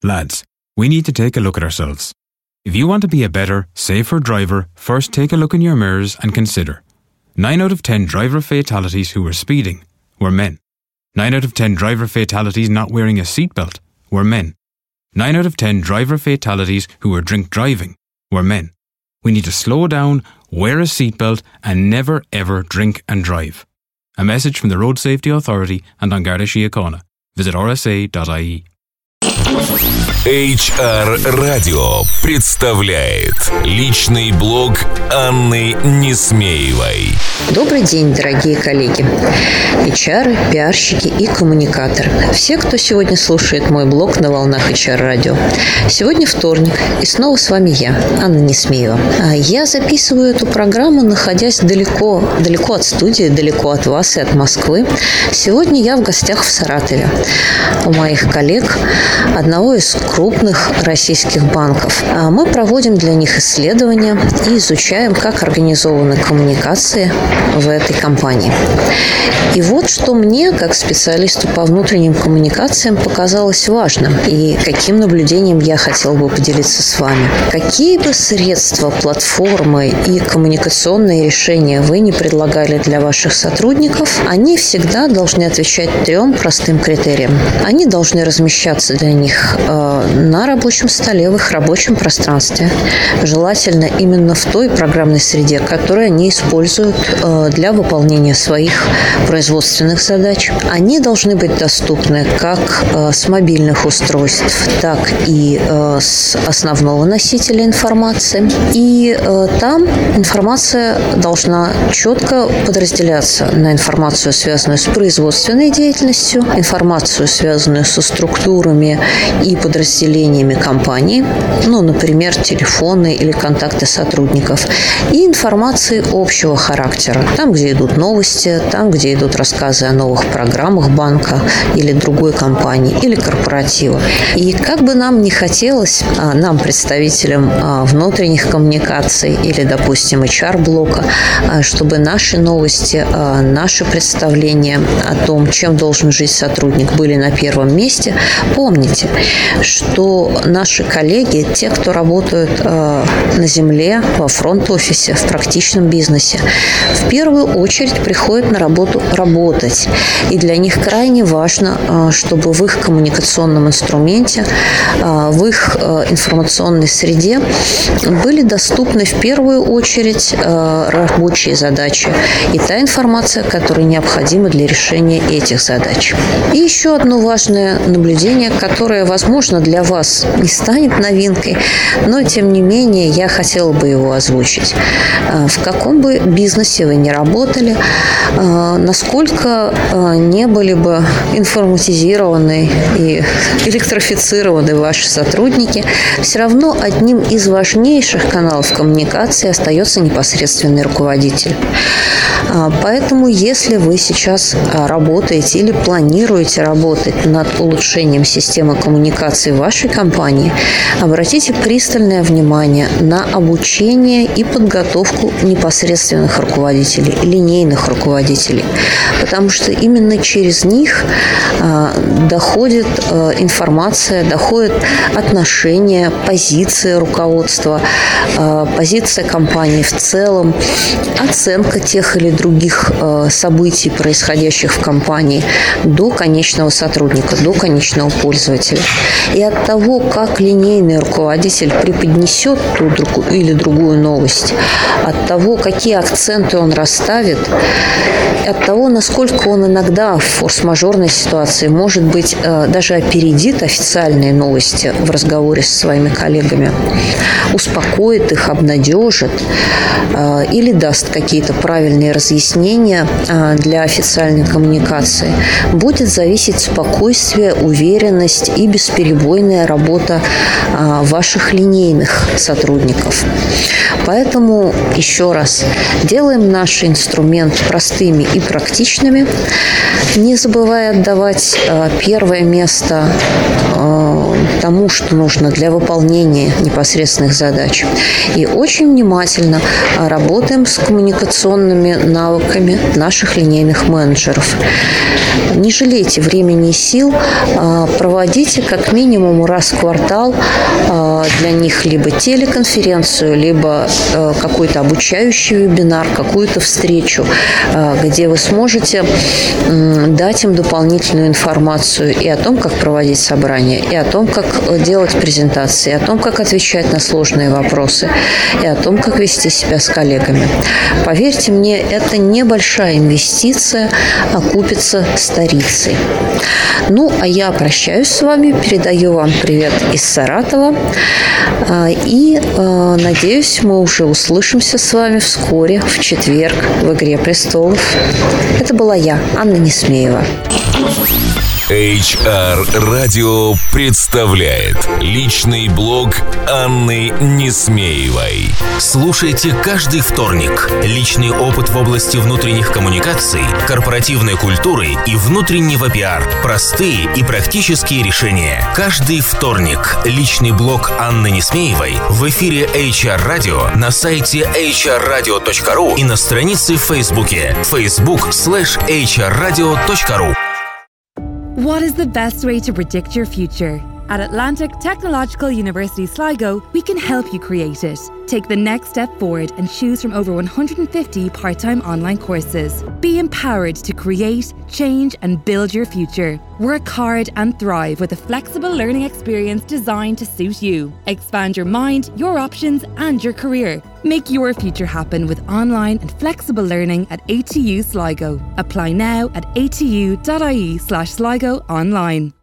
Lads, we need to take a look at ourselves. If you want to be a better, safer driver, first take a look in your mirrors and consider. 9 out of 10 driver fatalities who were speeding were men. 9 out of 10 driver fatalities not wearing a seatbelt were men. 9 out of 10 driver fatalities who were drink driving were men. We need to slow down, wear a seatbelt, and never ever drink and drive. A message from the Road Safety Authority and An Garda Síochána. Visit rsa.ie. HR Radio представляет личный блог Анны Несмеевой. Добрый день, дорогие коллеги, HR, пиарщики и коммуникаторы. Все, кто сегодня слушает мой блог на волнах HR Radio. Сегодня вторник, и снова с вами я, Анна Несмеева. Я записываю эту программу, находясь далеко от студии, далеко от вас и от Москвы. Сегодня я в гостях в Саратове у моих коллег, одного из крупных российских банков. Мы проводим для них исследования и изучаем, как организованы коммуникации в этой компании. И вот что мне, как специалисту по внутренним коммуникациям, показалось важным и каким наблюдением я хотела бы поделиться с вами. Какие бы средства, платформы и коммуникационные решения вы не предлагали для ваших сотрудников, они всегда должны отвечать 3 простым критериям. Они должны размещаться для них на рабочем столе, в их рабочем пространстве. Желательно именно в той программной среде, которую они используют для выполнения своих производственных задач. Они должны быть доступны как с мобильных устройств, так и с основного носителя информации. И там информация должна четко подразделяться на информацию, связанную с производственной деятельностью, информацию, связанную со структурами и подразделениями компании, например, телефоны или контакты сотрудников, и информации общего характера, там, где идут новости, там, где идут рассказы о новых программах банка или другой компании, или корпоратива. И как бы нам ни хотелось, нам, представителям внутренних коммуникаций или, допустим, HR-блока, чтобы наши новости, наши представления о том, чем должен жить сотрудник, были на первом месте, помните, что наши коллеги, те, кто работают на земле, во фронт-офисе, в практичном бизнесе, в первую очередь приходят на работу работать. И для них крайне важно, чтобы в их коммуникационном инструменте, в их информационной среде были доступны в первую очередь рабочие задачи и та информация, которая необходима для решения этих задач. И еще одно важное наблюдение, которое, возможно, для вас не станет новинкой, но, тем не менее, я хотела бы его озвучить. В каком бы бизнесе вы ни работали, насколько не были бы информатизированы и электрифицированы ваши сотрудники, все равно одним из важнейших каналов коммуникации остается непосредственный руководитель. Поэтому, если вы сейчас работаете или планируете работать над улучшением системы коммуникации в вашей компании, обратите пристальное внимание на обучение и подготовку непосредственных руководителей, линейных руководителей, потому что именно через них доходит информация, доходит отношение, позиция руководства, позиция компании в целом, оценка тех или других событий, происходящих в компании, до конечного сотрудника, до конечного пользователя. И от того, как линейный руководитель преподнесет ту или другую новость, от того, какие акценты он расставит, от того, насколько он иногда в форс-мажорной ситуации, может быть, даже опередит официальные новости в разговоре со своими коллегами, успокоит их, обнадежит или даст какие-то правильные разъяснения для официальной коммуникации, будет зависеть спокойствие, уверенность и бесперебойная работа ваших линейных сотрудников. Поэтому, еще раз, делаем наш инструмент простыми и практичными, не забывая отдавать первое место тому, что нужно для выполнения непосредственных задач. И очень внимательно работаем с коммуникационными навыками наших линейных менеджеров. Не жалейте времени и сил, проводите как минимум раз в квартал для них либо телеконференцию, либо какой-то обучающий вебинар, какую-то встречу, где вы сможете дать им дополнительную информацию и о том, как проводить собрания, и о том, как делать презентации, и о том, как отвечать на сложные вопросы, и о том, как вести себя с коллегами. Поверьте мне, это небольшая инвестиция, окупится старицей. Ну, а я прощаюсь с вами, передаю вам привет из Саратова и надеюсь, мы уже услышимся с вами вскоре, в четверг, в «Игре престолов». Это была я, Анна Несмеева. HR Radio представляет личный блог Анны Несмеевой. Слушайте каждый вторник. Личный опыт в области внутренних коммуникаций, корпоративной культуры и внутреннего пиар. Простые и практические решения. Каждый вторник. Личный блог Анны Несмеевой в эфире HR Radio на сайте hrradio.ru и на странице в Фейсбуке facebook.com/hrradio.ru. What is the best way to predict your future? At Atlantic Technological University Sligo, we can help you create it. Take the next step forward and choose from over 150 part-time online courses. Be empowered to create, change and build your future. Work hard and thrive with a flexible learning experience designed to suit you. Expand your mind, your options and your career. Make your future happen with online and flexible learning at ATU Sligo. Apply now at atu.ie/Sligo online.